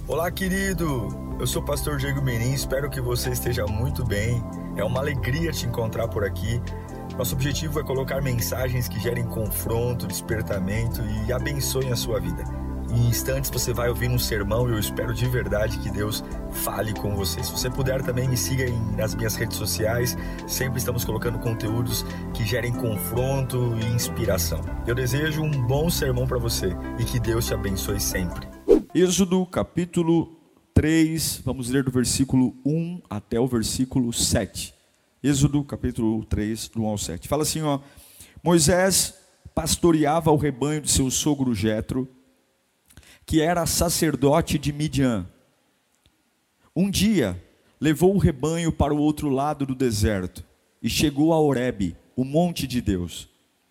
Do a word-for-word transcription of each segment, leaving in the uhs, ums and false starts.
Olá, querido! Eu sou o pastor Diego Menin, espero que você esteja muito bem. É uma alegria te encontrar por aqui. Nosso objetivo é colocar mensagens que gerem confronto, despertamento e abençoem a sua vida. Em instantes você vai ouvir um sermão e eu espero de verdade que Deus fale com você. Se você puder também me siga em, nas minhas redes sociais, sempre estamos colocando conteúdos que gerem confronto e inspiração. Eu desejo um bom sermão para você e que Deus te abençoe sempre. Êxodo capítulo três, vamos ler do versículo um até o versículo sete. Êxodo capítulo três, do um ao sete. Fala assim, ó: Moisés pastoreava o rebanho de seu sogro Jetro, que era sacerdote de Midian. Um dia, levou o rebanho para o outro lado do deserto e chegou a Horebe, o monte de Deus.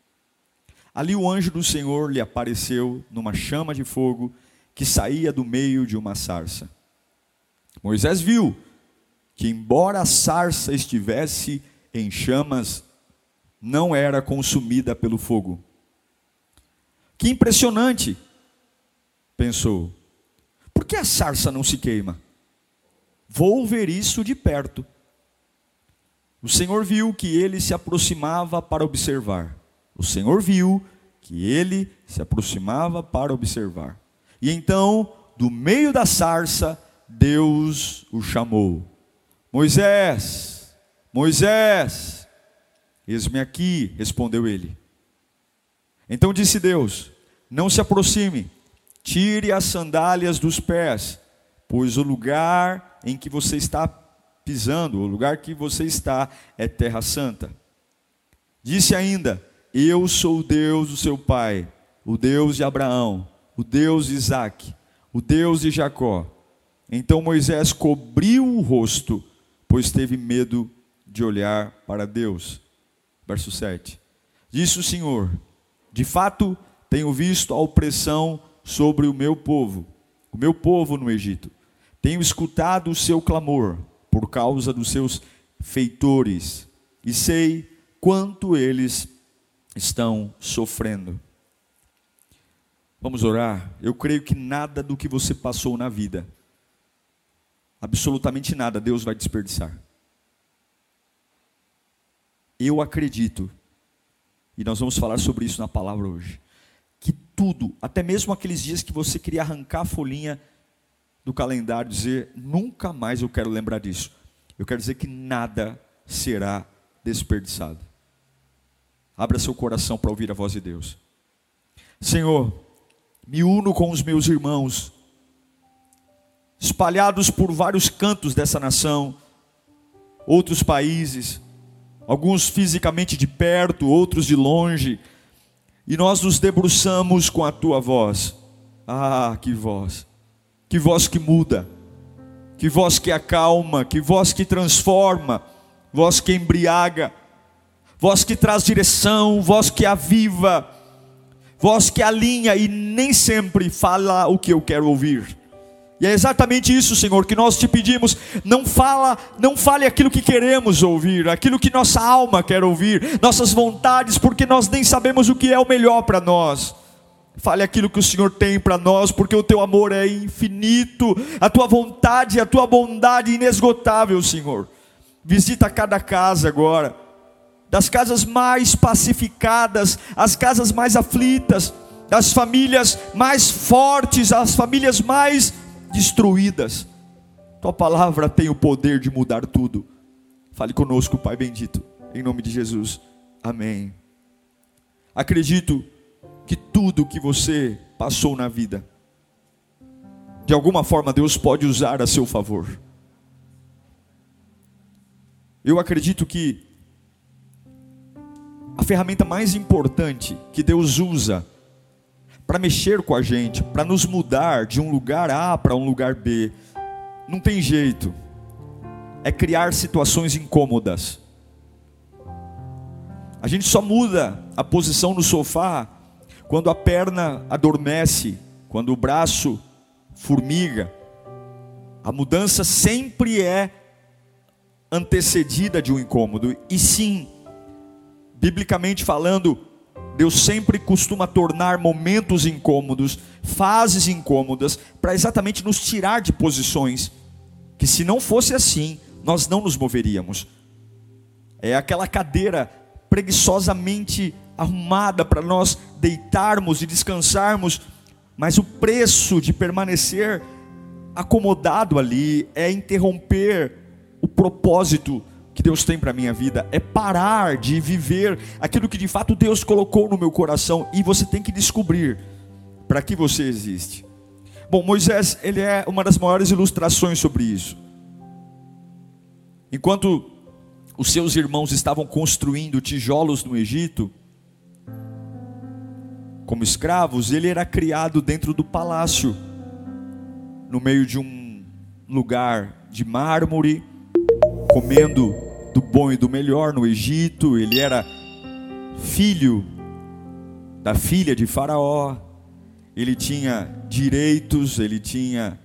Ali o anjo do Senhor lhe apareceu numa chama de fogo que saía do meio de uma sarça. Moisés viu que, embora a sarça estivesse em chamas, não era consumida pelo fogo. Que impressionante! Pensou, por que a sarça não se queima? Vou ver isso de perto. O Senhor viu que ele se aproximava para observar. O Senhor viu que ele se aproximava para observar. E então, do meio da sarça, Deus o chamou. Moisés, Moisés, eis-me aqui, respondeu ele. Então disse Deus, não se aproxime, tire as sandálias dos pés, pois o lugar em que você está pisando, o lugar que você está é terra santa. Disse ainda, eu sou o Deus do seu pai, o Deus de Abraão, o Deus de Isaque, o Deus de Jacó. Então Moisés cobriu o rosto, pois teve medo de olhar para Deus. Verso sete. Disse o Senhor, de fato tenho visto a opressão sobre o meu povo, o meu povo no Egito. Tenho escutado o seu clamor por causa dos seus feitores e sei quanto eles estão sofrendo. Vamos orar? Eu creio que nada do que você passou na vida, absolutamente nada, Deus vai desperdiçar. Eu acredito, e nós vamos falar sobre isso na palavra hoje, que tudo, até mesmo aqueles dias que você queria arrancar a folhinha do calendário, dizer, nunca mais eu quero lembrar disso. Eu quero dizer que nada será desperdiçado. Abra seu coração para ouvir a voz de Deus. Senhor, me uno com os meus irmãos, espalhados por vários cantos dessa nação, outros países, alguns fisicamente de perto, outros de longe, e nós nos debruçamos com a tua voz. Ah, que voz, que voz que muda, que voz que acalma, que voz que transforma, voz que embriaga, voz que traz direção, voz que aviva, voz que alinha e nem sempre fala o que eu quero ouvir. E é exatamente isso, Senhor, que nós te pedimos. Não fala, não fale aquilo que queremos ouvir, aquilo que nossa alma quer ouvir, nossas vontades, porque nós nem sabemos o que é o melhor para nós. Fale aquilo que o Senhor tem para nós, porque o teu amor é infinito, a tua vontade, a tua bondade inesgotável, Senhor. Visita cada casa agora, das casas mais pacificadas, as casas mais aflitas, das famílias mais fortes, as famílias mais destruídas. Tua palavra tem o poder de mudar tudo. Fale conosco, Pai bendito, em nome de Jesus, amém. Acredito que tudo que você passou na vida, de alguma forma Deus pode usar a seu favor. Eu acredito que a ferramenta mais importante que Deus usa para mexer com a gente, para nos mudar de um lugar A para um lugar B, não tem jeito, é criar situações incômodas. A gente só muda a posição no sofá quando a perna adormece, quando o braço formiga. A mudança sempre é antecedida de um incômodo. E sim, biblicamente falando, Deus sempre costuma tornar momentos incômodos, fases incômodas, para exatamente nos tirar de posições que, se não fosse assim, nós não nos moveríamos. É aquela cadeira preguiçosamente arrumada para nós deitarmos e descansarmos, mas o preço de permanecer acomodado ali é interromper o propósito que Deus tem para a minha vida, é parar de viver aquilo que de fato Deus colocou no meu coração, e você tem que descobrir para que você existe. Bom, Moisés, ele é uma das maiores ilustrações sobre isso. Enquanto os seus irmãos estavam construindo tijolos no Egito, como escravos, ele era criado dentro do palácio, no meio de um lugar de mármore, comendo do bom e do melhor no Egito. Ele era filho da filha de Faraó, ele tinha direitos, ele tinha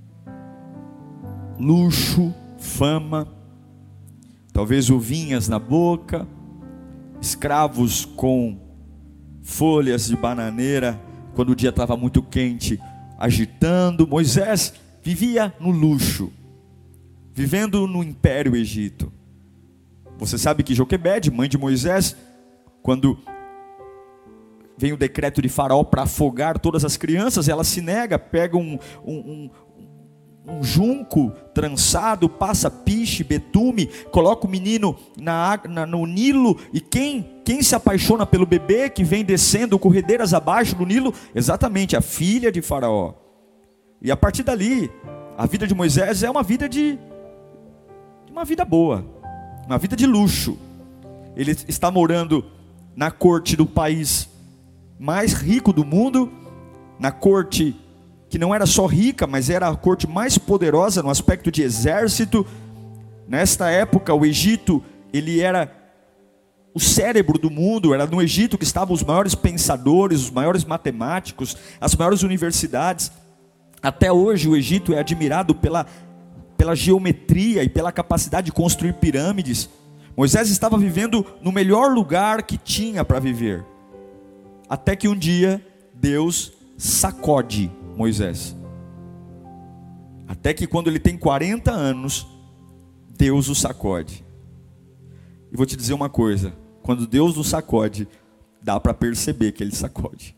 luxo, fama, talvez uvinhas na boca, escravos com folhas de bananeira, quando o dia estava muito quente, agitando. Moisés vivia no luxo, vivendo no Império Egito. Você sabe que Joquebede, mãe de Moisés, quando vem o decreto de Faraó para afogar todas as crianças, ela se nega, pega um, um, um, um junco trançado, passa piche, betume, coloca o menino na, na, no Nilo, e quem, quem se apaixona pelo bebê que vem descendo corredeiras abaixo do Nilo? Exatamente, a filha de Faraó. E a partir dali, a vida de Moisés é uma vida de uma vida boa, uma vida de luxo. Ele está morando na corte do país mais rico do mundo, na corte que não era só rica, mas era a corte mais poderosa no aspecto de exército. Nesta época, o Egito, ele era o cérebro do mundo. Era no Egito que estavam os maiores pensadores, os maiores matemáticos, as maiores universidades. Até hoje o Egito é admirado pela, pela geometria e pela capacidade de construir pirâmides. Moisés estava vivendo no melhor lugar que tinha para viver, até que um dia Deus sacode Moisés. Até que quando ele tem quarenta anos, Deus o sacode. E vou te dizer uma coisa: quando Deus o sacode, dá para perceber que ele sacode.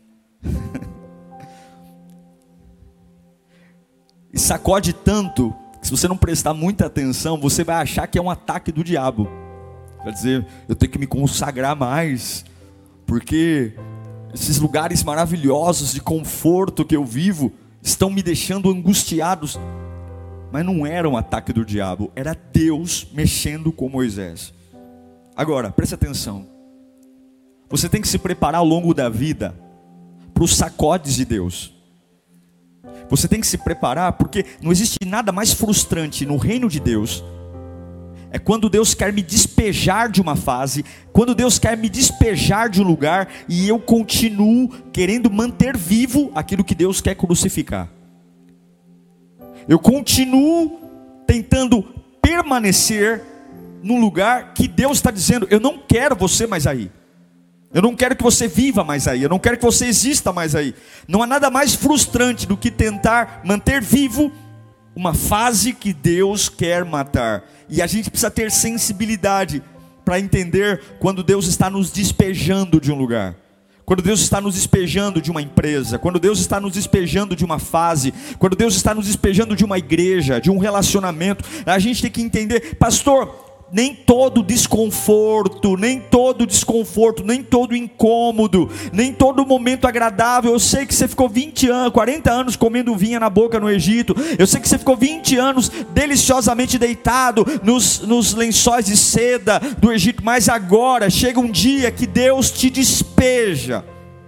E sacode tanto que, se você não prestar muita atenção, você vai achar que é um ataque do diabo. Quer dizer, eu tenho que me consagrar mais, porque esses lugares maravilhosos de conforto que eu vivo estão me deixando angustiados. Mas não era um ataque do diabo, era Deus mexendo com Moisés. Agora, preste atenção. Você tem que se preparar ao longo da vida para os sacodes de Deus. Você tem que se preparar, porque não existe nada mais frustrante no reino de Deus. É quando Deus quer me despejar de uma fase, quando Deus quer me despejar de um lugar, e eu continuo querendo manter vivo aquilo que Deus quer crucificar. Eu continuo tentando permanecer num lugar que Deus está dizendo: eu não quero você mais aí. Eu não quero que você viva mais aí. Eu não quero que você exista mais aí. Não há nada mais frustrante do que tentar manter vivo uma fase que Deus quer matar. E a gente precisa ter sensibilidade para entender quando Deus está nos despejando de um lugar, quando Deus está nos despejando de uma empresa, quando Deus está nos despejando de uma fase, quando Deus está nos despejando de uma igreja, de um relacionamento. A gente tem que entender: pastor, nem todo desconforto, nem todo desconforto, nem todo incômodo, nem todo momento agradável. Eu sei que você ficou vinte anos, quarenta anos comendo vinha na boca no Egito. Eu sei que você ficou vinte anos deliciosamente deitado nos, nos lençóis de seda do Egito. Mas agora chega um dia que Deus te despeja.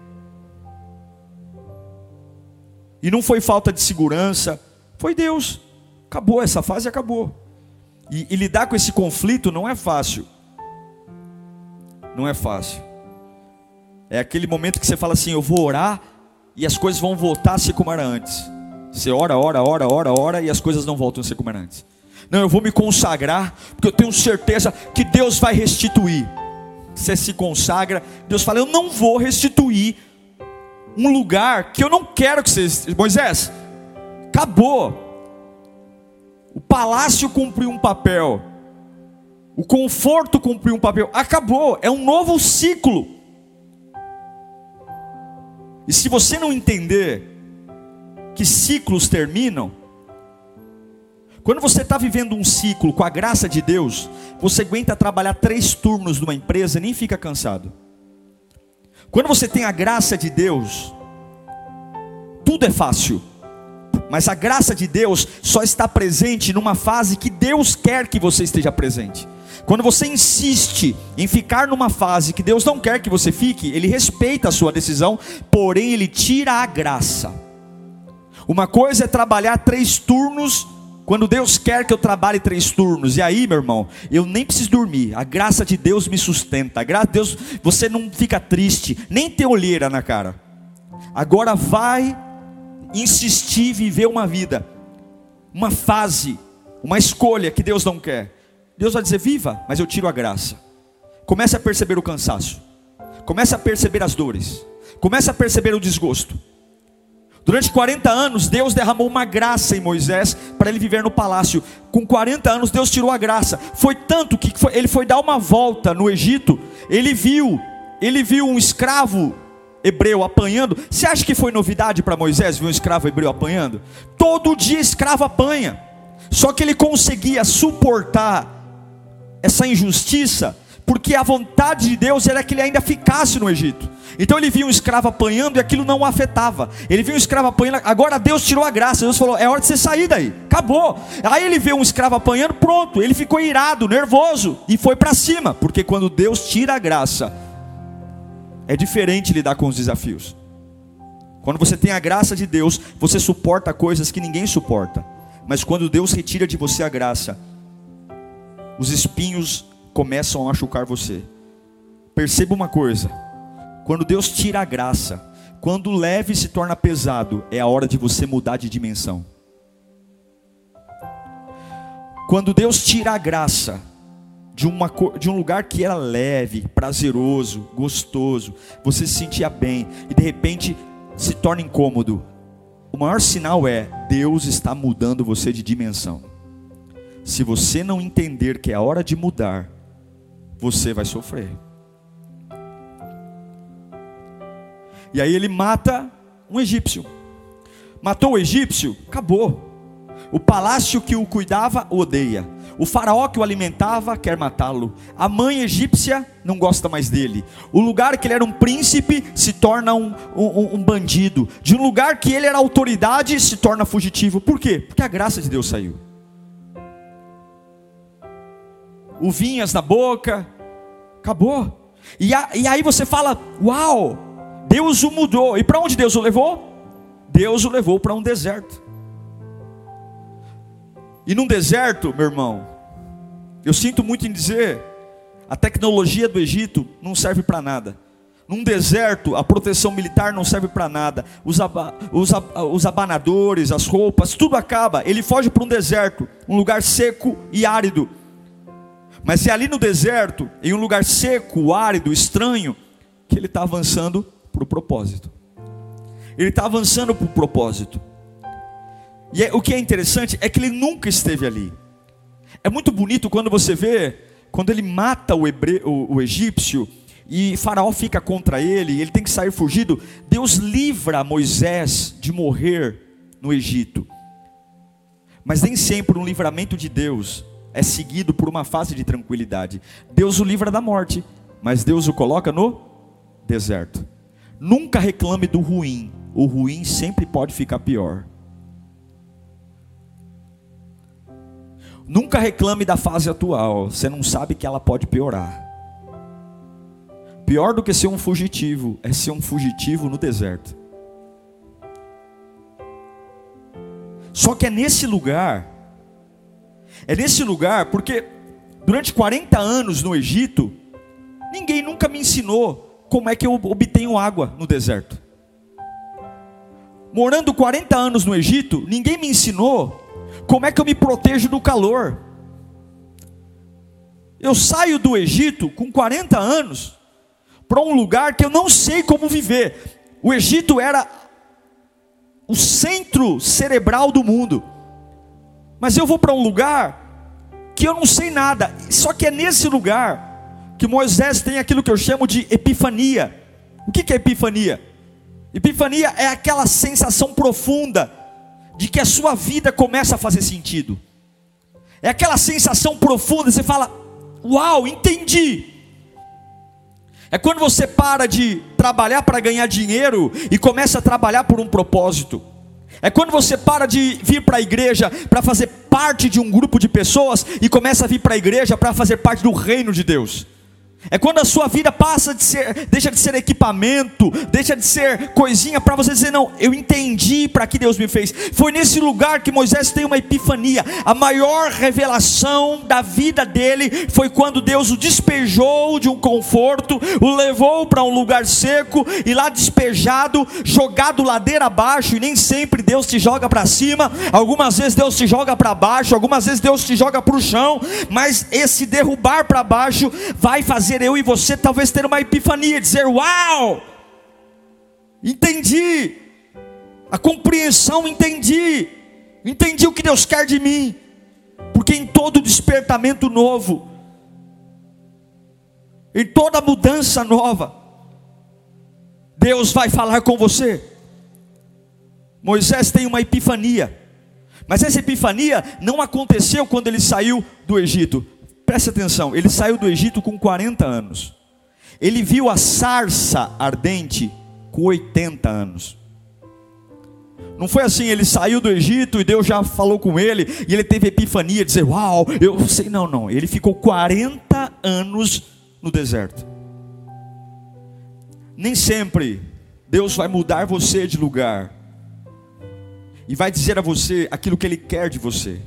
E não foi falta de segurança, foi Deus. Acabou, essa fase acabou. E, e lidar com esse conflito não é fácil. Não é fácil. É aquele momento que você fala assim: eu vou orar e as coisas vão voltar a ser como era antes. Você ora, ora, ora, ora, ora e as coisas não voltam a ser como era antes. Não, eu vou me consagrar porque eu tenho certeza que Deus vai restituir. você se consagra, Deus fala, eu não vou restituir um lugar que eu não quero que você... Moisés, acabou. O palácio cumpriu um papel, o conforto cumpriu um papel, acabou, é um novo ciclo. E se você não entender que ciclos terminam, quando você está vivendo um ciclo com a graça de Deus, você aguenta trabalhar três turnos numa empresa e nem fica cansado. Quando você tem a graça de Deus, tudo é fácil. Mas a graça de Deus só está presente numa fase que Deus quer que você esteja presente. Quando você insiste em ficar numa fase que Deus não quer que você fique, Ele respeita a sua decisão, porém Ele tira a graça. Uma coisa é trabalhar três turnos, quando Deus quer que eu trabalhe três turnos, e aí, meu irmão, eu nem preciso dormir, a graça de Deus me sustenta, a graça de Deus, você não fica triste, nem tem olheira na cara. Agora vai insistir, viver uma vida, uma fase, uma escolha que Deus não quer. Deus vai dizer, viva, mas eu tiro a graça. Comece a perceber o cansaço, comece a perceber as dores, comece a perceber o desgosto. Durante quarenta anos, Deus derramou uma graça em Moisés, para ele viver no palácio. Com quarenta anos, Deus tirou a graça. Foi tanto que foi, ele foi dar uma volta no Egito, ele viu, ele viu um escravo hebreu apanhando. Você acha que foi novidade para Moisés ver um escravo hebreu apanhando? Todo dia escravo apanha. Só que ele conseguia suportar essa injustiça, porque a vontade de Deus era que ele ainda ficasse no Egito. Então ele via um escravo apanhando e aquilo não o afetava. Ele via um escravo apanhando, agora Deus tirou a graça. Deus falou, é hora de você sair daí, acabou. Aí ele vê um escravo apanhando, pronto, ele ficou irado, nervoso e foi para cima. Porque quando Deus tira a graça, é diferente lidar com os desafios. Quando você tem a graça de Deus, você suporta coisas que ninguém suporta. Mas quando Deus retira de você a graça, os espinhos começam a machucar você. Perceba uma coisa, quando Deus tira a graça, quando o leve se torna pesado, é a hora de você mudar de dimensão. Quando Deus tira a graça de, uma, de um lugar que era leve, prazeroso, gostoso, você se sentia bem, e de repente se torna incômodo, o maior sinal é, Deus está mudando você de dimensão. Se você não entender que é a hora de mudar, você vai sofrer. E aí ele mata um egípcio. Matou o egípcio, acabou. O palácio que o cuidava o odeia. O faraó que o alimentava quer matá-lo. A mãe egípcia não gosta mais dele. O lugar que ele era um príncipe se torna um, um, um bandido. De um lugar que ele era autoridade se torna fugitivo. Por quê? Porque a graça de Deus saiu. Uvinhas na boca, acabou. E, a, e aí você fala, uau, Deus o mudou. E para onde Deus o levou? Deus o levou para um deserto. E num deserto, meu irmão, eu sinto muito em dizer, a tecnologia do Egito não serve para nada. Num deserto, a proteção militar não serve para nada. Os, aba, os, os abanadores, as roupas, tudo acaba. Ele foge para um deserto, um lugar seco e árido. Mas é ali no deserto, em um lugar seco, árido, estranho, que ele está avançando para o propósito. Ele está avançando para o propósito. E é, o que é interessante é que ele nunca esteve ali. É muito bonito quando você vê, quando ele mata o, hebreu, o, o egípcio, e Faraó fica contra ele, ele tem que sair fugido. Deus livra Moisés de morrer no Egito. Mas nem sempre um livramento de Deus é seguido por uma fase de tranquilidade. Deus o livra da morte, mas Deus o coloca no deserto. Nunca reclame do ruim, o ruim sempre pode ficar pior. Nunca reclame da fase atual, você não sabe que ela pode piorar. Pior do que ser um fugitivo, é ser um fugitivo no deserto. Só que é nesse lugar, é nesse lugar, porque durante quarenta anos no Egito, ninguém nunca me ensinou como é que eu obtenho água no deserto. Morando quarenta anos no Egito, ninguém me ensinou como é que eu me protejo do calor. Eu saio do Egito com quarenta anos para um lugar que eu não sei como viver. O Egito era o centro cerebral do mundo, mas eu vou para um lugar que eu não sei nada. Só que é nesse lugar que Moisés tem aquilo que eu chamo de epifania. O que é epifania? Epifania é aquela sensação profunda de que a sua vida começa a fazer sentido. É aquela sensação profunda, você fala: uau, entendi. É quando você para de trabalhar para ganhar dinheiro e começa a trabalhar por um propósito. É quando você para de vir para a igreja para fazer parte de um grupo de pessoas e começa a vir para a igreja para fazer parte do reino de Deus. É quando a sua vida passa de ser, deixa de ser equipamento, deixa de ser coisinha para você dizer: não, eu entendi para que Deus me fez. Foi nesse lugar que Moisés tem uma epifania. A maior revelação da vida dele foi quando Deus o despejou de um conforto, o levou para um lugar seco, e lá despejado, jogado ladeira abaixo. E nem sempre Deus te joga para cima, algumas vezes Deus te joga para baixo, algumas vezes Deus te joga para o chão. Mas esse derrubar para baixo vai fazer eu e você talvez ter uma epifania, dizer: uau, entendi, a compreensão, entendi, entendi o que Deus quer de mim. Porque em todo despertamento novo, em toda mudança nova, Deus vai falar com você. Moisés tem uma epifania, mas essa epifania não aconteceu quando ele saiu do Egito. Preste atenção, ele saiu do Egito com quarenta anos. Ele viu a sarça ardente com oitenta anos. Não foi assim, ele saiu do Egito e Deus já falou com ele, e ele teve epifania, dizer: uau, eu sei. Não, não, ele ficou quarenta anos no deserto. Nem sempre Deus vai mudar você de lugar e vai dizer a você aquilo que Ele quer de você.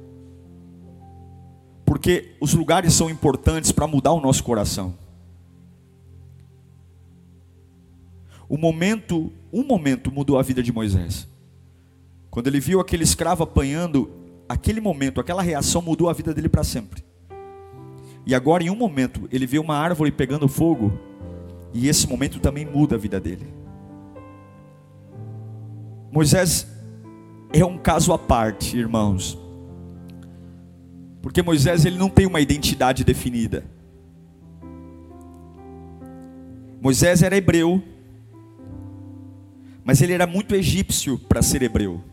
Porque os lugares são importantes para mudar o nosso coração. O momento, um momento mudou a vida de Moisés. Quando ele viu aquele escravo apanhando, aquele momento, aquela reação mudou a vida dele para sempre. E agora, em um momento, ele vê uma árvore pegando fogo, e esse momento também muda a vida dele. Moisés é um caso à parte, irmãos. Porque Moisés, ele não tem uma identidade definida. Moisés era hebreu, mas ele era muito egípcio para ser hebreu.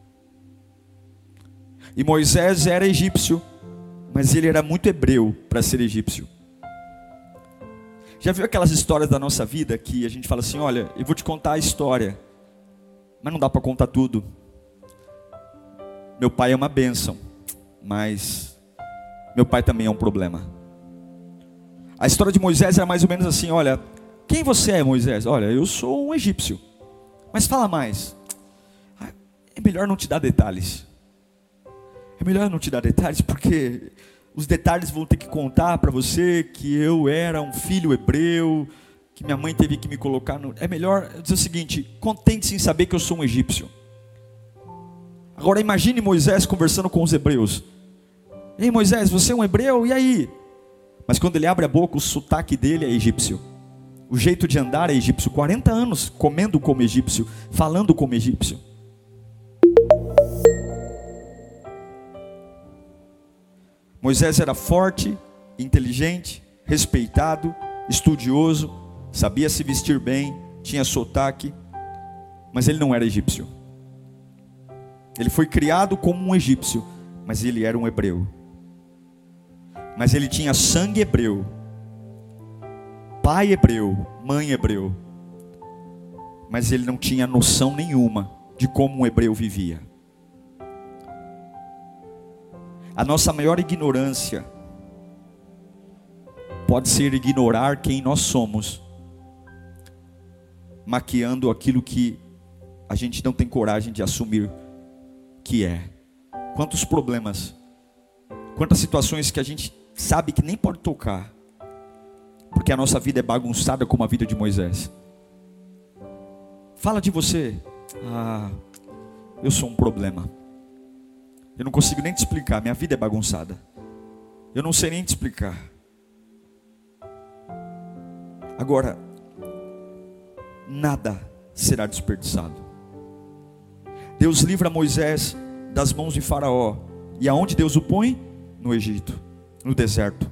E Moisés era egípcio, mas ele era muito hebreu para ser egípcio. Já viu aquelas histórias da nossa vida que a gente fala assim: olha, eu vou te contar a história, mas não dá para contar tudo. Meu pai é uma bênção, mas meu pai também é um problema. A história de Moisés era mais ou menos assim: olha, quem você é, Moisés? Olha, eu sou um egípcio. Mas fala mais. É melhor não te dar detalhes. É melhor não te dar detalhes, porque os detalhes vão ter que contar para você que eu era um filho hebreu, que minha mãe teve que me colocar no... É melhor dizer o seguinte: contente-se em saber que eu sou um egípcio. Agora imagine Moisés conversando com os hebreus: ei, Moisés, você é um hebreu? E aí? Mas quando ele abre a boca, o sotaque dele é egípcio. O jeito de andar é egípcio. quarenta anos comendo como egípcio, falando como egípcio. Moisés era forte, inteligente, respeitado, estudioso, sabia se vestir bem, tinha sotaque, mas ele não era egípcio. Ele foi criado como um egípcio, mas ele era um hebreu. Mas ele tinha sangue hebreu, pai hebreu, mãe hebreu, mas ele não tinha noção nenhuma de como um hebreu vivia. A nossa maior ignorância pode ser ignorar quem nós somos, maquiando aquilo que a gente não tem coragem de assumir que é. Quantos problemas, quantas situações que a gente sabe que nem pode tocar, porque a nossa vida é bagunçada como a vida de Moisés. Fala de você: ah, eu sou um problema, eu não consigo nem te explicar, minha vida é bagunçada, eu não sei nem te explicar. Agora, nada será desperdiçado. Deus livra Moisés das mãos de Faraó. E aonde Deus o põe? No Egito, no deserto.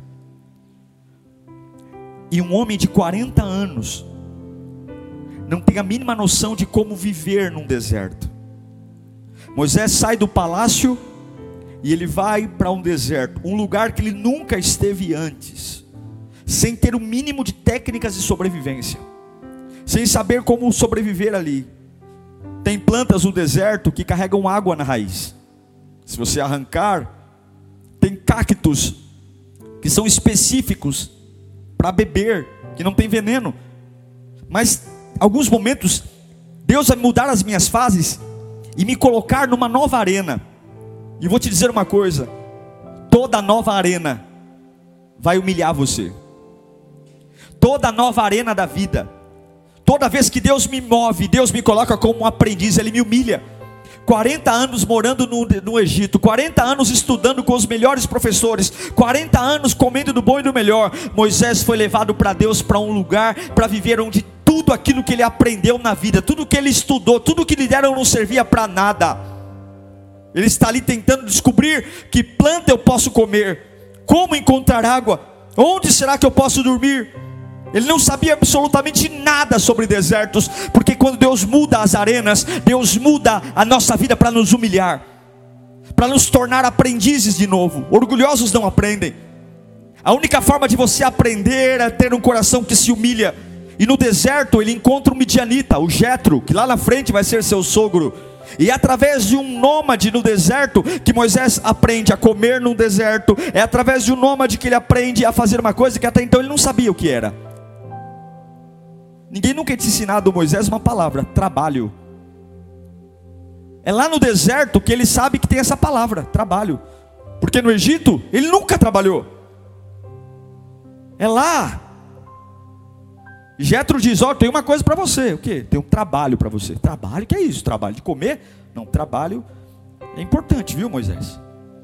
E um homem de quarenta anos não tem a mínima noção de como viver num deserto. Moisés sai do palácio e ele vai para um deserto, um lugar que ele nunca esteve antes, sem ter o mínimo de técnicas de sobrevivência, sem saber como sobreviver ali. Tem plantas no deserto que carregam água na raiz. Se você arrancar, tem cactos que são específicos para beber, que não tem veneno. Mas em alguns momentos Deus vai mudar as minhas fases e me colocar numa nova arena. E vou te dizer uma coisa: toda nova arena vai humilhar você. Toda nova arena da vida, toda vez que Deus me move, Deus me coloca como um aprendiz, Ele me humilha. quarenta anos morando no, no Egito, quarenta anos estudando com os melhores professores, quarenta anos comendo do bom e do melhor. Moisés foi levado para Deus, para um lugar, para viver onde tudo aquilo que ele aprendeu na vida, tudo que ele estudou, tudo que lhe deram não servia para nada. Ele está ali tentando descobrir que planta eu posso comer, como encontrar água, onde será que eu posso dormir. Ele não sabia absolutamente nada sobre desertos, porque quando Deus muda as arenas, Deus muda a nossa vida para nos humilhar, para nos tornar aprendizes de novo. Orgulhosos não aprendem. A única forma de você aprender é ter um coração que se humilha. E no deserto ele encontra um midianita, o Jetro, que lá na frente vai ser seu sogro. E é através de um nômade no deserto que Moisés aprende a comer no deserto. É através de um nômade que ele aprende a fazer uma coisa que até então ele não sabia o que era. Ninguém nunca tinha ensinado a Moisés uma palavra: trabalho. É lá no deserto que ele sabe que tem essa palavra, trabalho. Porque no Egito ele nunca trabalhou. É lá. Jetro diz: ó, tem uma coisa para você. O quê? Tem um trabalho para você. Trabalho? O que é isso? Trabalho de comer? Não, trabalho é importante, viu, Moisés?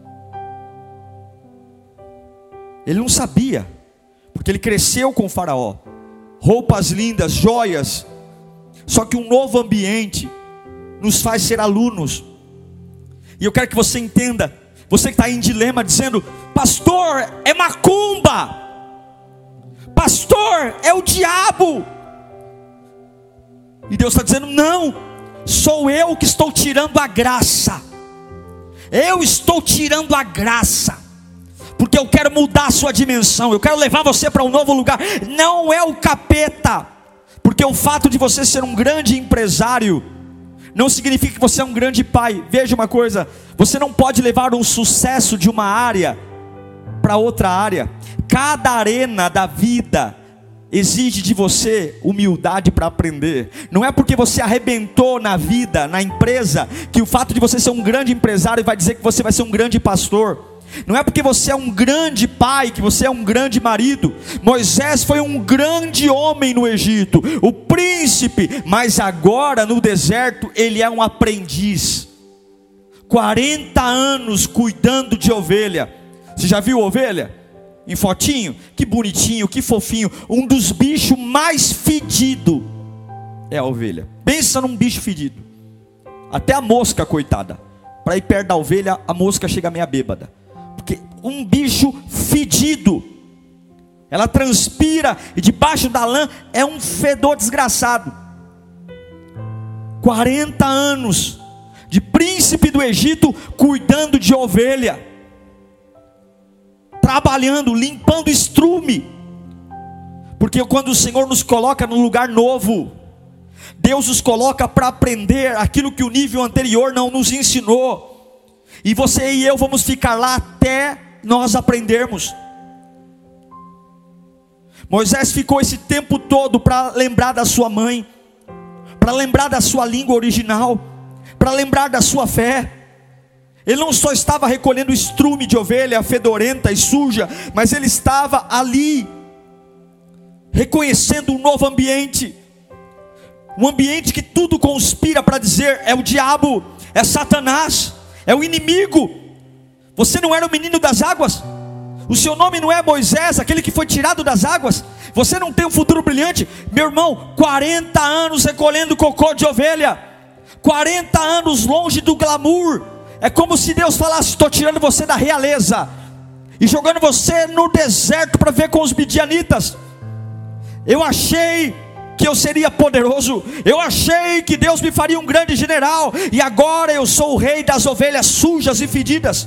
Ele não sabia, porque ele cresceu com o Faraó, roupas lindas, joias. Só que um novo ambiente nos faz ser alunos. E eu quero que você entenda, você que está em dilema dizendo: pastor, é macumba, pastor, é o diabo. E Deus está dizendo: não, sou eu que estou tirando a graça. Eu estou tirando a graça, porque eu quero mudar a sua dimensão, eu quero levar você para um novo lugar. Não é o capeta, porque o fato de você ser um grande empresário não significa que você é um grande pai. Veja uma coisa: você não pode levar um sucesso de uma área para outra área. Cada arena da vida exige de você humildade para aprender. Não é porque você arrebentou na vida, na empresa, que o fato de você ser um grande empresário vai dizer que você vai ser um grande pastor. Não é porque você é um grande pai que você é um grande marido. Moisés foi um grande homem no Egito, o príncipe, mas agora no deserto ele é um aprendiz. quarenta anos cuidando de ovelha. Você já viu ovelha? Em fotinho? Que bonitinho, que fofinho. Um dos bichos mais fedidos é a ovelha. Pensa num bicho fedido. Até a mosca, coitada, para ir perto da ovelha, a mosca chega meia bêbada. Porque um bicho fedido, ela transpira e debaixo da lã é um fedor desgraçado. quarenta anos de príncipe do Egito cuidando de ovelha, trabalhando, limpando estrume. Porque quando o Senhor nos coloca num lugar novo, Deus nos coloca para aprender aquilo que o nível anterior não nos ensinou. E você e eu vamos ficar lá até nós aprendermos. Moisés ficou esse tempo todo para lembrar da sua mãe, para lembrar da sua língua original, para lembrar da sua fé. Ele não só estava recolhendo estrume de ovelha fedorenta e suja, mas ele estava ali reconhecendo um novo ambiente, um ambiente que tudo conspira para dizer: é o diabo, é Satanás, é o inimigo. Você não era o menino das águas? O seu nome não é Moisés, aquele que foi tirado das águas? Você não tem um futuro brilhante? Meu irmão, quarenta anos recolhendo cocô de ovelha, quarenta anos longe do glamour. É como se Deus falasse: estou tirando você da realeza e jogando você no deserto para ver com os midianitas. Eu achei que eu seria poderoso, eu achei que Deus me faria um grande general, e agora eu sou o rei das ovelhas sujas e fedidas.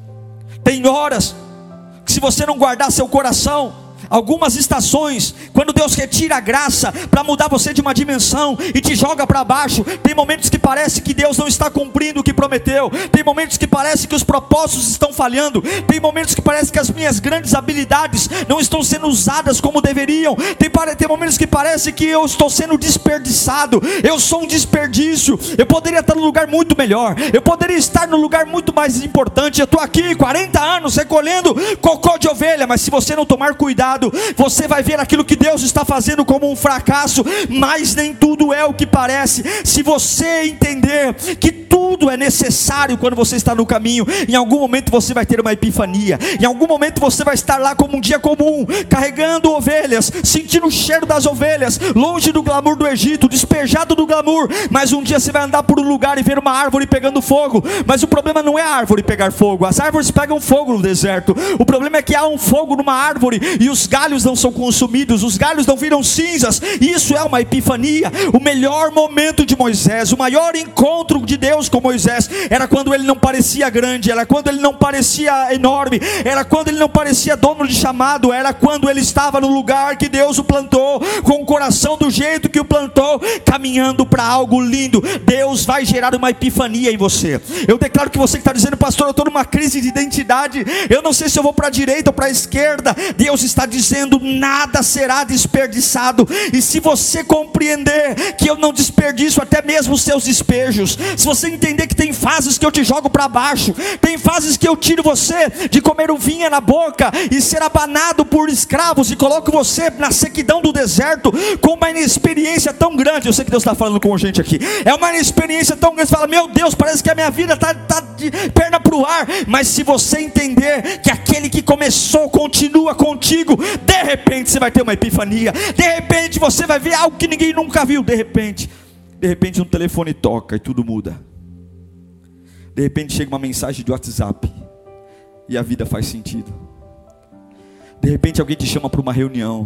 Tem horas que, se você não guardar seu coração, algumas estações, quando Deus retira a graça para mudar você de uma dimensão e te joga para baixo, tem momentos que parece que Deus não está cumprindo o que prometeu, tem momentos que parece que os propósitos estão falhando, tem momentos que parece que as minhas grandes habilidades não estão sendo usadas como deveriam, tem, tem momentos que parece que eu estou sendo desperdiçado, eu sou um desperdício, eu poderia estar num lugar muito melhor, eu poderia estar num lugar muito mais importante. Eu estou aqui quarenta anos recolhendo cocô de ovelha, mas se você não tomar cuidado, você vai ver aquilo que Deus está fazendo como um fracasso. Mas nem tudo é o que parece. Se você entender que tudo é necessário quando você está no caminho, em algum momento você vai ter uma epifania, em algum momento você vai estar lá como um dia comum, carregando ovelhas, sentindo o cheiro das ovelhas, longe do glamour do Egito, despejado do glamour. Mas um dia você vai andar por um lugar e ver uma árvore pegando fogo. Mas o problema não é a árvore pegar fogo, as árvores pegam fogo no deserto. O problema é que há um fogo numa árvore e os galhos não são consumidos, os galhos não viram cinzas. Isso é uma epifania. O melhor momento de Moisés, o maior encontro de Deus com Moisés, era quando ele não parecia grande, era quando ele não parecia enorme, era quando ele não parecia dono de chamado, era quando ele estava no lugar que Deus o plantou, com o coração do jeito que o plantou, caminhando para algo lindo. Deus vai gerar uma epifania em você. Eu declaro que você que está dizendo: pastor, eu estou numa crise de identidade, eu não sei se eu vou para a direita ou para a esquerda. Deus está dizendo: nada será desperdiçado. E se você compreender que eu não desperdiço até mesmo os seus despejos, se você entender que tem fases que eu te jogo para baixo, tem fases que eu tiro você de comer uvinha na boca e ser abanado por escravos, e coloco você na sequidão do deserto com uma inexperiência tão grande. Eu sei que Deus está falando com gente aqui, é uma inexperiência tão grande. Você fala: meu Deus, parece que a minha vida está tá de perna para o ar. Mas se você entender que aquele que começou continua contigo, de repente você vai ter uma epifania. De repente você vai ver algo que ninguém nunca viu. De repente, de repente um telefone toca e tudo muda. De repente chega uma mensagem de WhatsApp e a vida faz sentido. De repente alguém te chama para uma reunião.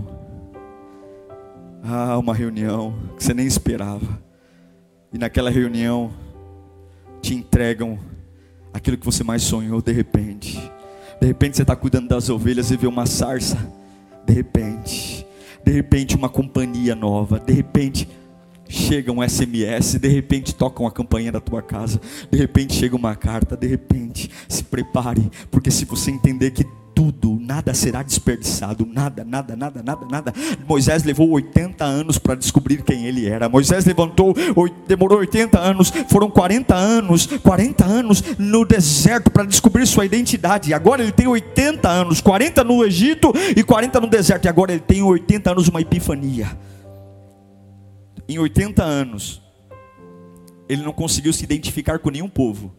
Ah, uma reunião que você nem esperava. E naquela reunião te entregam aquilo que você mais sonhou. De repente, de repente você está cuidando das ovelhas e vê uma sarça. De repente, de repente uma companhia nova. De repente chega um S M S, de repente tocam a campainha da tua casa, de repente chega uma carta. De repente, se prepare, porque se você entender que tudo, nada será desperdiçado, nada, nada, nada, nada, nada. Moisés levou oitenta anos para descobrir quem ele era. Moisés levantou, demorou oitenta anos, foram quarenta anos, quarenta anos no deserto para descobrir sua identidade. E agora ele tem oitenta anos, quarenta no Egito e quarenta no deserto. E agora ele tem oitenta anos, uma epifania. Em oitenta anos, ele não conseguiu se identificar com nenhum povo.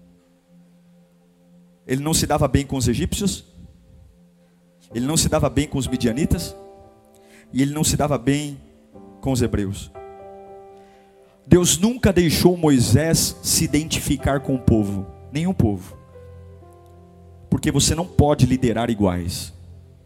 Ele não se dava bem com os egípcios, ele não se dava bem com os midianitas, e ele não se dava bem com os hebreus. Deus nunca deixou Moisés se identificar com o povo, nenhum povo, porque você não pode liderar iguais.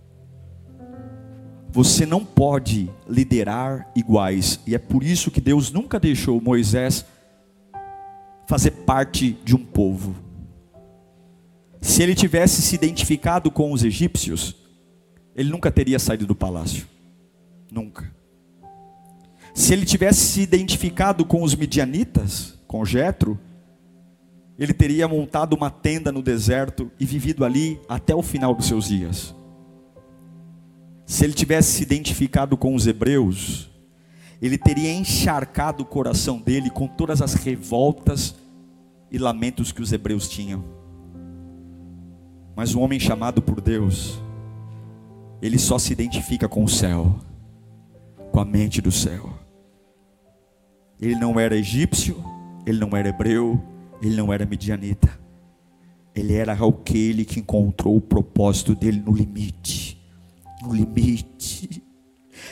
Você não pode liderar iguais. E é por isso que Deus nunca deixou Moisés fazer parte de um povo. Se ele tivesse se identificado com os egípcios, ele nunca teria saído do palácio. Nunca. Se ele tivesse se identificado com os midianitas, com Jetro, ele teria montado uma tenda no deserto e vivido ali até o final dos seus dias. Se ele tivesse se identificado com os hebreus, ele teria encharcado o coração dele com todas as revoltas e lamentos que os hebreus tinham. Mas um homem chamado por Deus, ele só se identifica com o céu, com a mente do céu. Ele não era egípcio, ele não era hebreu, ele não era midianita. Ele era aquele que encontrou o propósito dele no limite. No limite.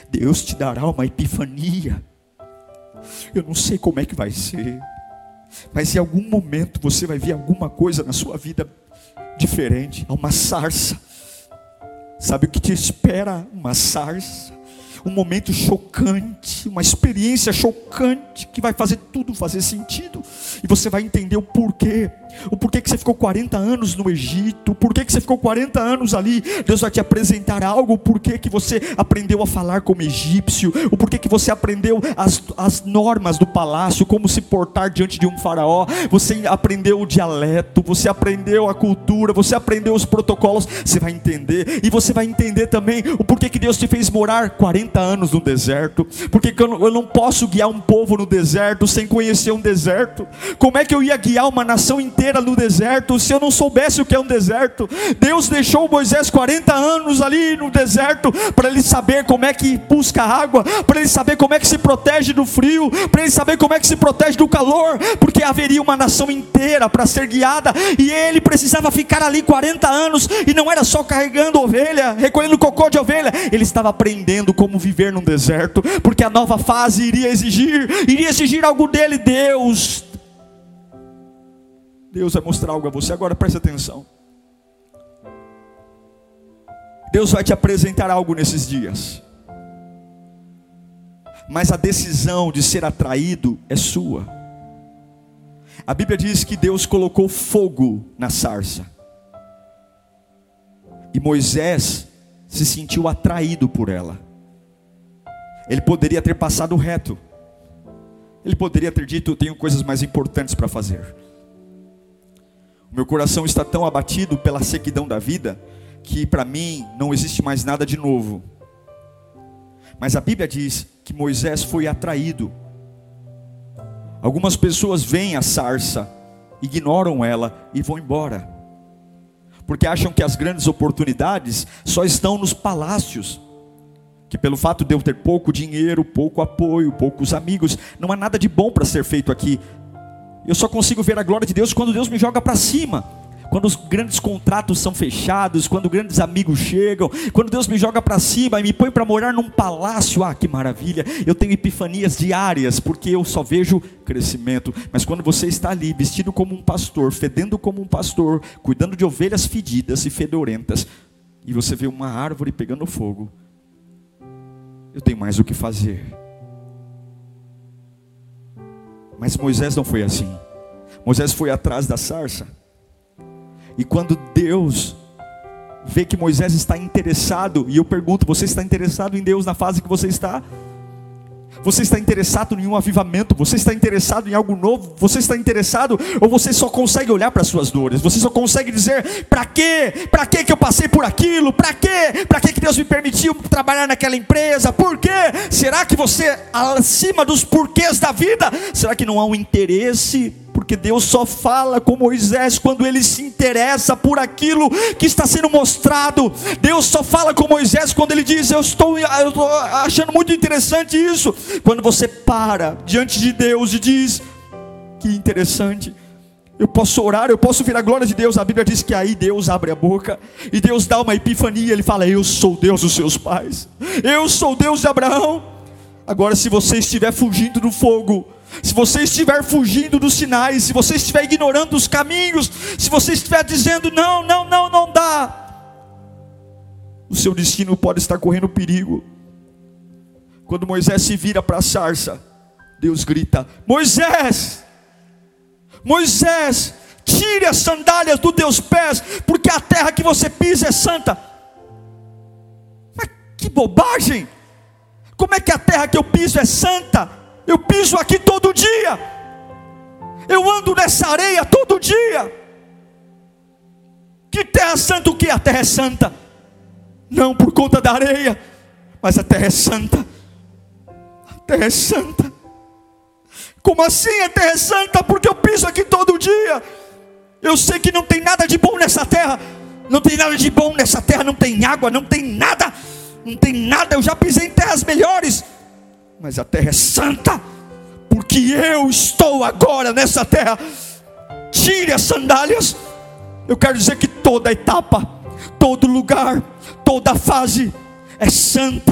Deus te dará uma epifania. Eu não sei como é que vai ser, mas em algum momento você vai ver alguma coisa na sua vida diferente. Há uma sarça. Sabe o que te espera? Uma sarça. Um momento chocante, uma experiência chocante que vai fazer tudo fazer sentido. E você vai entender o porquê. O porquê que você ficou quarenta anos no Egito. O porquê que você ficou quarenta anos ali. Deus vai te apresentar algo. O porquê que você aprendeu a falar como egípcio. O porquê que você aprendeu as, as normas do palácio. Como se portar diante de um faraó. Você aprendeu o dialeto. Você aprendeu a cultura. Você aprendeu os protocolos. Você vai entender. E você vai entender também o porquê que Deus te fez morar quarenta anos no deserto. Porque eu não posso guiar um povo no deserto sem conhecer um deserto. Como é que eu ia guiar uma nação inteira no deserto se eu não soubesse o que é um deserto? Deus deixou Moisés quarenta anos ali no deserto para ele saber como é que busca água, para ele saber como é que se protege do frio, para ele saber como é que se protege do calor, porque haveria uma nação inteira para ser guiada, e ele precisava ficar ali quarenta anos, e não era só carregando ovelha, recolhendo cocô de ovelha, ele estava aprendendo como viver num deserto, porque a nova fase iria exigir, iria exigir algo dele. Deus Deus vai mostrar algo a você. Agora preste atenção. Deus vai te apresentar algo nesses dias, mas a decisão de ser atraído é sua. A Bíblia diz que Deus colocou fogo na sarça, e Moisés se sentiu atraído por ela. Ele poderia ter passado reto. Ele poderia ter dito: eu tenho coisas mais importantes para fazer. O meu coração está tão abatido pela sequidão da vida, que para mim não existe mais nada de novo. Mas a Bíblia diz que Moisés foi atraído. Algumas pessoas veem a sarça, ignoram ela e vão embora, porque acham que as grandes oportunidades só estão nos palácios, que pelo fato de eu ter pouco dinheiro, pouco apoio, poucos amigos, não há nada de bom para ser feito aqui. Eu só consigo ver a glória de Deus quando Deus me joga para cima, quando os grandes contratos são fechados, quando grandes amigos chegam, quando Deus me joga para cima e me põe para morar num palácio. Ah, que maravilha! Eu tenho epifanias diárias, porque eu só vejo crescimento. Mas quando você está ali, vestido como um pastor, fedendo como um pastor, cuidando de ovelhas fedidas e fedorentas, e você vê uma árvore pegando fogo, eu tenho mais o que fazer. Mas Moisés não foi assim. Moisés foi atrás da sarça. E quando Deus vê que Moisés está interessado, e eu pergunto: você está interessado em Deus na fase que você está? Você está interessado em um avivamento? Você está interessado em algo novo? Você está interessado, ou você só consegue olhar para as suas dores? Você só consegue dizer: para quê? Para quê que eu passei por aquilo? Para quê? Para quê que Deus me permitiu trabalhar naquela empresa? Por quê? Será que você, acima dos porquês da vida, será que não há um interesse? Porque Deus só fala com Moisés quando ele se interessa por aquilo que está sendo mostrado. Deus só fala com Moisés quando ele diz: eu estou, eu estou achando muito interessante isso. Quando você para diante de Deus e diz: que interessante, eu posso orar, eu posso ver a glória de Deus. A Bíblia diz que aí Deus abre a boca e Deus dá uma epifania. Ele fala: eu sou Deus dos seus pais, eu sou Deus de Abraão. Agora, se você estiver fugindo do fogo, se você estiver fugindo dos sinais, se você estiver ignorando os caminhos, se você estiver dizendo: não, não, não, não dá, o seu destino pode estar correndo perigo. Quando Moisés se vira para a sarça, Deus grita: Moisés, Moisés, tire as sandálias dos teus pés, porque a terra que você pisa é santa. Mas que bobagem! Como é que a terra que eu piso é santa? Eu piso aqui todo dia, eu ando nessa areia todo dia. Que terra santa? O que? A terra é santa, não por conta da areia, mas a terra é santa. A terra é santa. Como assim a terra é santa? Porque eu piso aqui todo dia. Eu sei que não tem nada de bom nessa terra. Não tem nada de bom nessa terra. Não tem água, não tem nada. Não tem nada, eu já pisei em terras melhores, mas a terra é santa, porque eu estou agora nessa terra. Tire as sandálias. Eu quero dizer que toda etapa, todo lugar, toda fase é santa,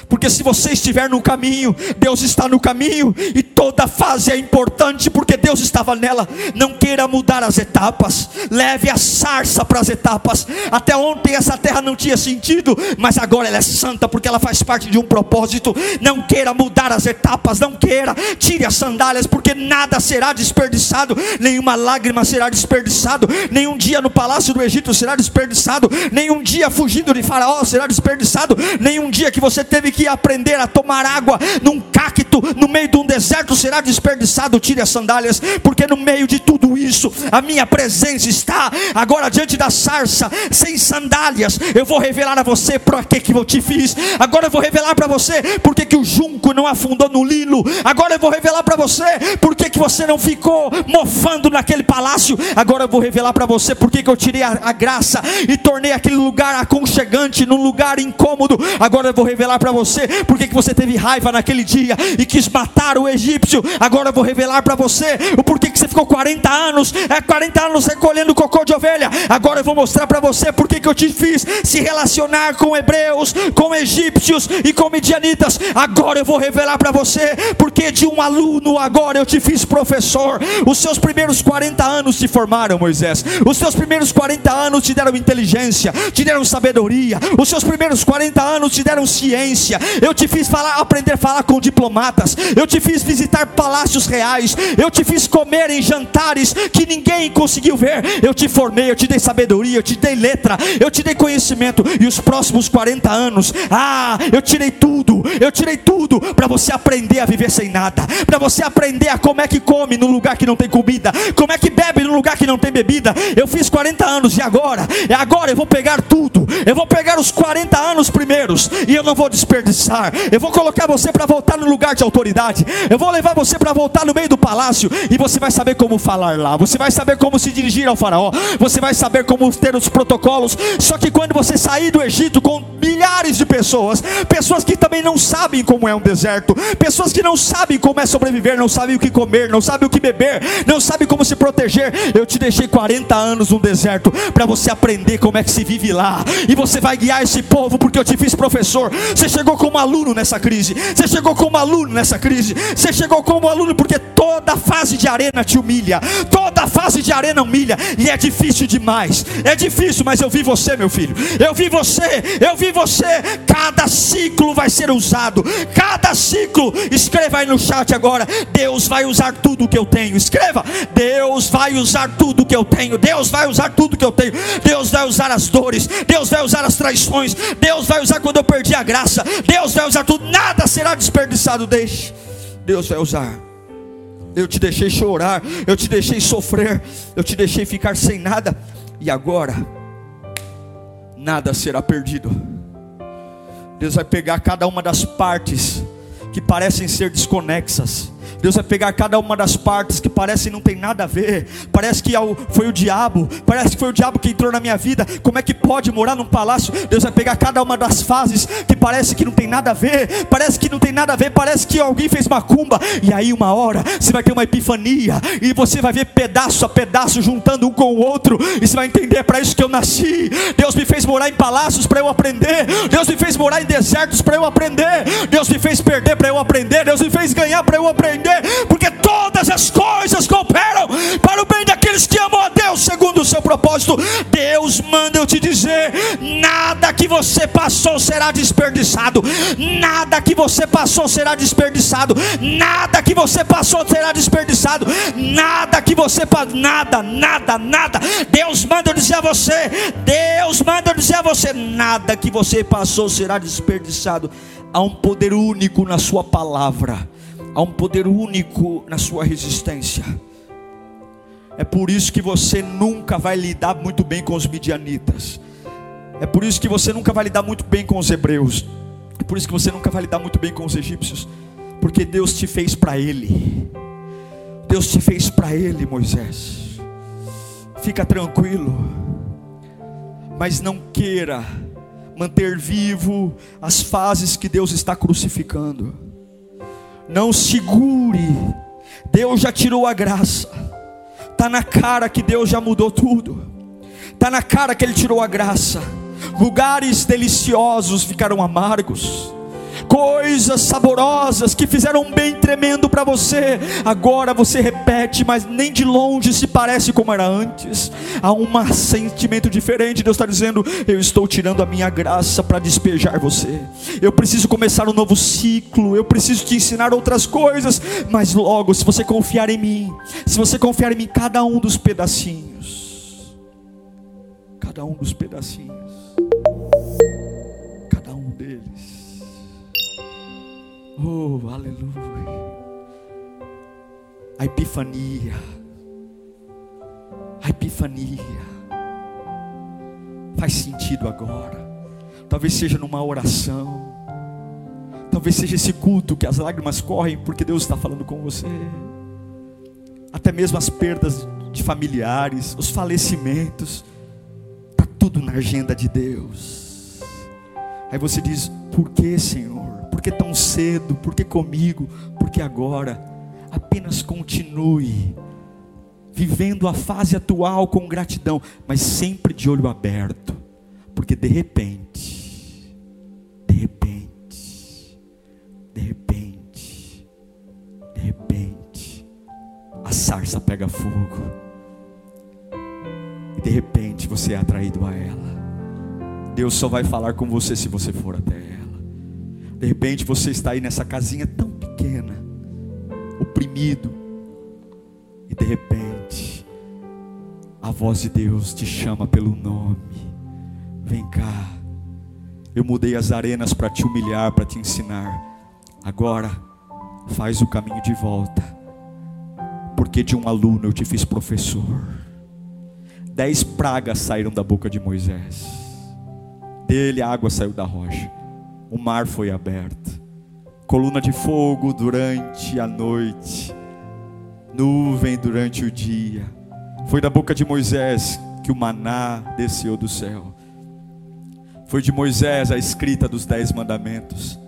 Porque se você estiver no caminho, Deus está no caminho, e toda fase é importante porque Deus estava nela. Não queira mudar as etapas, leve a sarça para as etapas. Até ontem essa terra não tinha sentido, mas agora ela é santa porque ela faz parte de um propósito. Não queira mudar as etapas, não queira, tire as sandálias, porque nada será desperdiçado, nenhuma lágrima será desperdiçado, nenhum dia no palácio do Egito será desperdiçado, nenhum dia fugindo de Faraó será desperdiçado, nenhum dia que você teve que aprender a tomar água num cacto, no meio de um deserto, será desperdiçado. Tire as sandálias, porque no meio de tudo isso, a minha presença está. Agora diante da sarça, sem sandálias, eu vou revelar a você para que que eu te fiz. Agora eu vou revelar para você porque que o junco não afundou no lilo. Agora eu vou revelar para você porque que você não ficou mofando naquele palácio. Agora eu vou revelar para você porque que eu tirei a, a graça e tornei aquele lugar aconchegante num lugar incômodo. Agora eu vou revelar para você porque que você teve raiva naquele dia e quis matar o egípcio. Agora eu vou revelar para você o porquê que você ficou quarenta anos, é quarenta anos recolhendo cocô de ovelha. Agora eu vou mostrar para você porque que eu te fiz se relacionar com hebreus, com egípcios e com midianitas. Agora eu vou revelar para você porque de um aluno agora eu te fiz professor. Os seus primeiros quarenta anos te formaram, Moisés. Os seus primeiros quarenta anos te deram inteligência, te deram sabedoria. Os seus primeiros quarenta anos te deram ciência. Eu te fiz falar, aprender a falar com diplomatas. Eu te fiz visitar palácios reais. Eu te fiz comer em jantares que ninguém conseguiu ver. Eu te formei, eu te dei sabedoria, eu te dei letra, eu te dei conhecimento. E os próximos quarenta anos, ah, eu tirei tudo, eu tirei tudo para você aprender a viver sem nada, para você aprender a como é que come num lugar que não tem comida, como é que bebe num lugar que não tem bebida. Eu fiz quarenta anos e agora, agora eu vou pegar tudo. Eu vou pegar os quarenta anos primeiros e eu não vou desperdiçar. Eu vou colocar você para voltar no lugar de autoridade. Eu vou levar você para voltar no meio do palácio e você vai saber como falar lá. Você vai saber como se dirigir ao faraó. Você vai saber como ter os protocolos. Só que quando você sair do Egito com milhares de pessoas, pessoas que também não sabem como é um deserto, pessoas que não sabem como é sobreviver, não sabem o que comer, não sabem o que beber, não sabem como se proteger. Eu te deixei quarenta anos no deserto para você aprender como é que se vive lá. E você vai guiar esse povo porque eu te fiz professor. Você chegou como aluno nessa crise. Você chegou como aluno nessa crise. Você chegou como aluno porque toda fase de arena te humilha. Toda fase de arena humilha. E é difícil demais. É difícil, mas eu vi você, meu filho. Eu vi você. Eu vi você. Cada ciclo vai ser usado. Cada ciclo. Escreva aí no chat agora. Deus vai usar tudo que eu tenho. Escreva. Deus vai usar tudo que eu tenho. Deus vai usar tudo que eu tenho. Deus vai usar as dores. Deus vai usar as traições. Deus vai usar quando eu perdi a graça. Deus vai usar tudo. Nada será desperdiçado. Deixe. Deus vai usar. Eu te deixei chorar, eu te deixei sofrer, eu te deixei ficar sem nada, e agora nada será perdido. Deus vai pegar cada uma das partes que parecem ser desconexas. Deus vai pegar cada uma das partes que parecem não tem nada a ver. Parece que foi o diabo. Parece que foi o diabo que entrou na minha vida. Como é que pode morar num palácio? Deus vai pegar cada uma das fases que parece que não tem nada a ver. Parece que não tem nada a ver. Parece que alguém fez macumba. E aí uma hora você vai ter uma epifania. E você vai ver pedaço a pedaço juntando um com o outro. E você vai entender, é para isso que eu nasci. Deus me fez morar em palácios para eu aprender. Deus me fez morar em desertos para eu aprender. Deus me fez perder para eu aprender. Deus me fez ganhar para eu aprender. Porque todas as coisas cooperam para o bem daqueles que amam a Deus segundo o seu propósito. Deus manda eu te dizer: nada que você passou será desperdiçado. Nada que você passou será desperdiçado. Nada que você passou será desperdiçado. Nada que você passou, nada, nada, nada. Deus manda eu dizer a você, Deus manda eu dizer a você, nada que você passou será desperdiçado. Há um poder único na sua palavra. Há um poder único na sua resistência. É por isso que você nunca vai lidar muito bem com os midianitas. É por isso que você nunca vai lidar muito bem com os hebreus. É por isso que você nunca vai lidar muito bem com os egípcios. Porque Deus te fez para Ele. Deus te fez para Ele, Moisés. Fica tranquilo. Mas não queira manter vivo as fases que Deus está crucificando. Não segure. Deus já tirou a graça. Está na cara que Deus já mudou tudo. Está na cara que Ele tirou a graça. Lugares deliciosos ficaram amargos. coisas saborosas que fizeram um bem tremendo para você, agora você repete, mas nem de longe se parece como era antes. Há um sentimento diferente. Deus está dizendo: eu estou tirando a minha graça para despejar você. Eu preciso começar um novo ciclo, eu preciso te ensinar outras coisas, mas logo, se você confiar em mim, se você confiar em mim, cada um dos pedacinhos, cada um dos pedacinhos, cada um deles, oh, aleluia, a epifania, a epifania, faz sentido agora. Talvez seja numa oração, talvez seja esse culto que as lágrimas correm porque Deus está falando com você. Até mesmo as perdas de familiares, os falecimentos, está tudo na agenda de Deus. Aí você diz: por que, Senhor? Por que tão cedo? Por que comigo? Por que agora? Apenas continue vivendo a fase atual com gratidão, mas sempre de olho aberto, porque de repente, de repente, de repente, de repente, a sarça pega fogo, e de repente você é atraído a ela. Deus só vai falar com você se você for até ela. De repente você está aí nessa casinha tão pequena, oprimido, e de repente a voz de Deus te chama pelo nome: vem cá, eu mudei as arenas para te humilhar, para te ensinar. Agora faz o caminho de volta, porque de um aluno eu te fiz professor. Dez pragas saíram da boca de Moisés, dele a água saiu da rocha, o mar foi aberto, coluna de fogo durante a noite, nuvem durante o dia. Foi da boca de Moisés que o maná desceu do céu. Foi de Moisés a escrita dos dez mandamentos.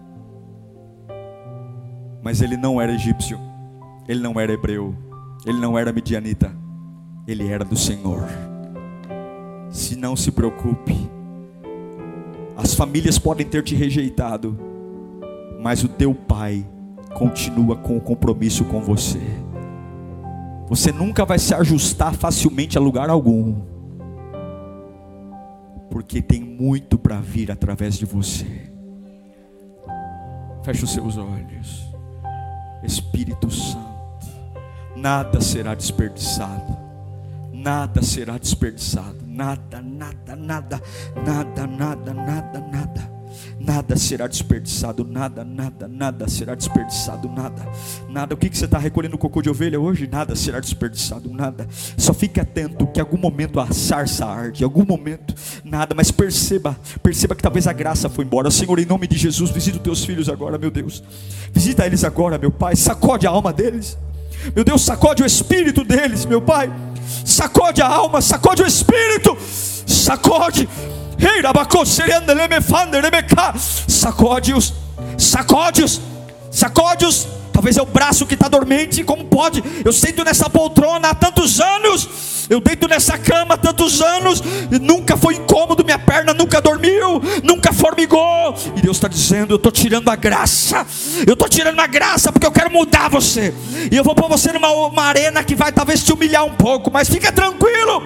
Mas ele não era egípcio, ele não era hebreu, ele não era midianita, ele era do Senhor. Se não se preocupe, as famílias podem ter te rejeitado, mas o teu pai continua com o compromisso com você. Você nunca vai se ajustar facilmente a lugar algum, porque tem muito para vir através de você. Feche os seus olhos. Espírito Santo, nada será desperdiçado, nada será desperdiçado, nada, nada, nada, nada, nada, nada, nada. Nada será desperdiçado, nada, nada, nada será desperdiçado, nada, nada. O que, que você está recolhendo cocô de ovelha hoje? Nada será desperdiçado, nada. Só fique atento que em algum momento a sarça arde, em algum momento, nada. Mas perceba, perceba que talvez a graça foi embora. Senhor, em nome de Jesus, visita os teus filhos agora, meu Deus. Visita eles agora, meu Pai. Sacode a alma deles, meu Deus, sacode o espírito deles, meu Pai. Sacode a alma, sacode o espírito, sacode. Sacode-os, sacode-os, sacode-os. Talvez é o braço que está dormente. Como pode? Eu sento nessa poltrona há tantos anos, eu deito nessa cama há tantos anos, e nunca foi incômodo, minha perna nunca dormiu, nunca formigou. E Deus está dizendo: eu estou tirando a graça, eu estou tirando a graça, porque eu quero mudar você, e eu vou pôr você numa uma arena que vai talvez te humilhar um pouco, mas fica tranquilo.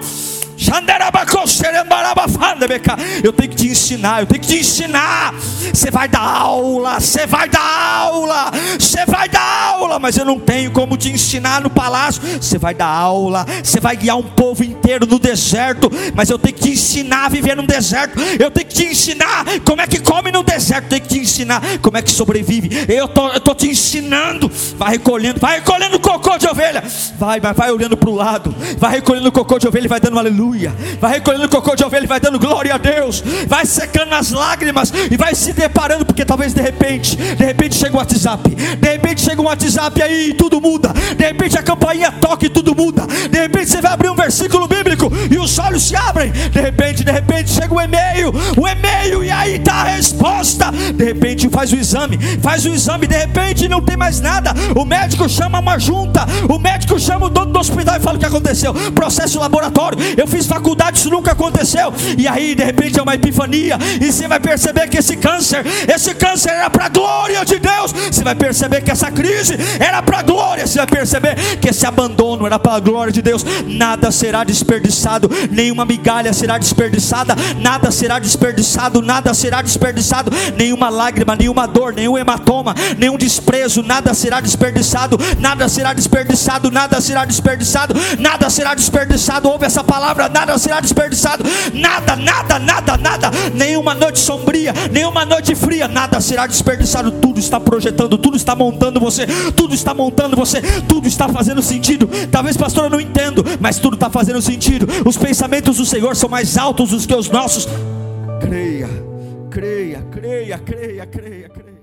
Eu tenho que te ensinar, eu tenho que te ensinar. Você vai dar aula, você vai dar aula, você vai dar aula, mas eu não tenho como te ensinar no palácio. Você vai dar aula, você vai guiar um povo inteiro no deserto, mas eu tenho que te ensinar a viver no deserto. Eu tenho que te ensinar como é que come no deserto. Eu tenho que te ensinar como é que sobrevive. Eu tô, eu tô te ensinando. Vai recolhendo, vai recolhendo cocô de ovelha. Vai, vai, vai olhando para o lado. Vai recolhendo cocô de ovelha e vai dando aleluia. Vai recolhendo cocô de ovelha e vai dando glória a Deus. Vai secando as lágrimas e vai se deparando, porque talvez de repente, de repente chega o WhatsApp, de repente chega um WhatsApp aí e tudo muda. De repente a campainha toca e tudo muda. De repente você vai abrir um versículo bíblico público e os olhos se abrem. De repente, de repente chega o e-mail, o e-mail e aí está a resposta. De repente faz o exame, faz o exame, de repente não tem mais nada. O médico chama uma junta, o médico chama o dono do hospital e fala o que aconteceu. Processo laboratório, eu fiz faculdade, isso nunca aconteceu. E aí de repente é uma epifania, e você vai perceber que esse câncer, esse câncer era para a glória de Deus. Você vai perceber que essa crise era para a glória. Você vai perceber que esse abandono era para a glória de Deus. Nada será desperdiçado, nenhuma migalha será desperdiçada, nada será desperdiçado, nada será desperdiçado, nenhuma lágrima, nenhuma dor, nenhum hematoma, nenhum desprezo, nada será desperdiçado, nada será desperdiçado, nada será desperdiçado, nada será desperdiçado. Ouve essa palavra, nada será desperdiçado, nada, nada, nada, nada, nenhuma noite sombria, nenhuma noite fria, nada será desperdiçado. Tudo está projetando, tudo está montando você, tudo está montando você, tudo está fazendo sentido. Talvez, pastor, eu não entendo, mas tudo está fazendo sentido. Os pensamentos do Senhor são mais altos do que os nossos. Creia, creia, creia, creia, creia, creia.